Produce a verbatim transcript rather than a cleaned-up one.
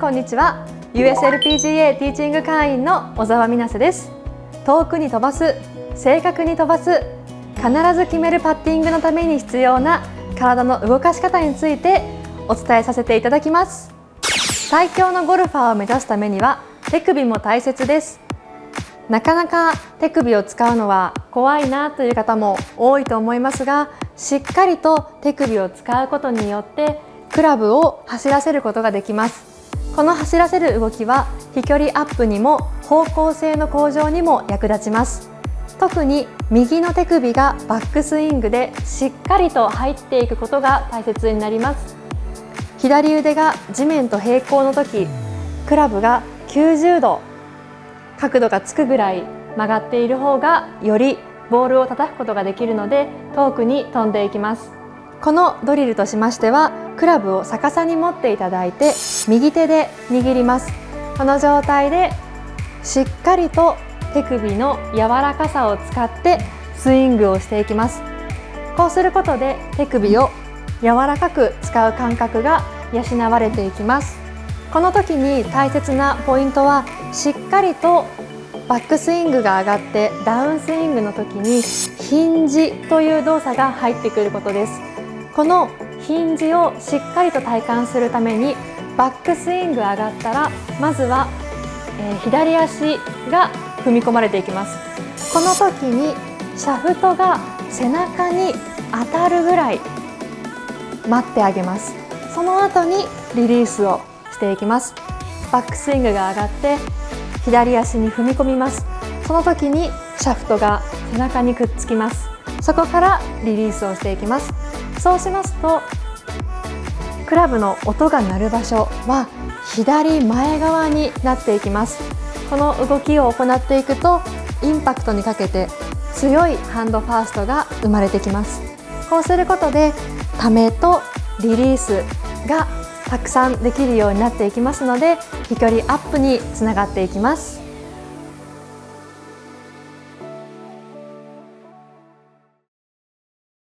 こんにちは。 ユーエスエルピージーエー ティーチング会員の小沢美奈瀬です。遠くに飛ばす、正確に飛ばす、必ず決めるパッティングのために必要な体の動かし方についてお伝えさせていただきます。最強のゴルファーを目指すためには手首も大切です。なかなか手首を使うのは怖いなという方も多いと思いますが、しっかりと手首を使うことによってクラブを走らせることができます。この走らせる動きは飛距離アップにも方向性の向上にも役立ちます。特に右の手首がバックスイングでしっかりと入っていくことが大切になります。左腕が地面と平行の時、クラブがきゅうじゅうど角度がつくぐらい曲がっている方がよりボールを叩くことができるので遠くに飛んでいきます。このドリルとしましては、クラブを逆さに持っていただいて右手で握ります。この状態でしっかりと手首の柔らかさを使ってスイングをしていきます。こうすることで手首を柔らかく使う感覚が養われていきます。この時に大切なポイントは、しっかりとバックスイングが上がってダウンスイングの時にヒンジという動作が入ってくることです。このヒンジをしっかりと体感するために、バックスイング上がったらまずは、えー、左足が踏み込まれていきます。この時にシャフトが背中に当たるぐらい待ってあげます。その後にリリースをしていきます。バックスイングが上がって左足に踏み込みます。その時にシャフトが背中にくっつきます。そこからリリースをしていきます。そうしますとクラブの音が鳴る場所は左前側になっていきます。この動きを行っていくとインパクトにかけて強いハンドファーストが生まれてきます。こうすることでためとリリースがたくさんできるようになっていきますので、飛距離アップにつながっていきます。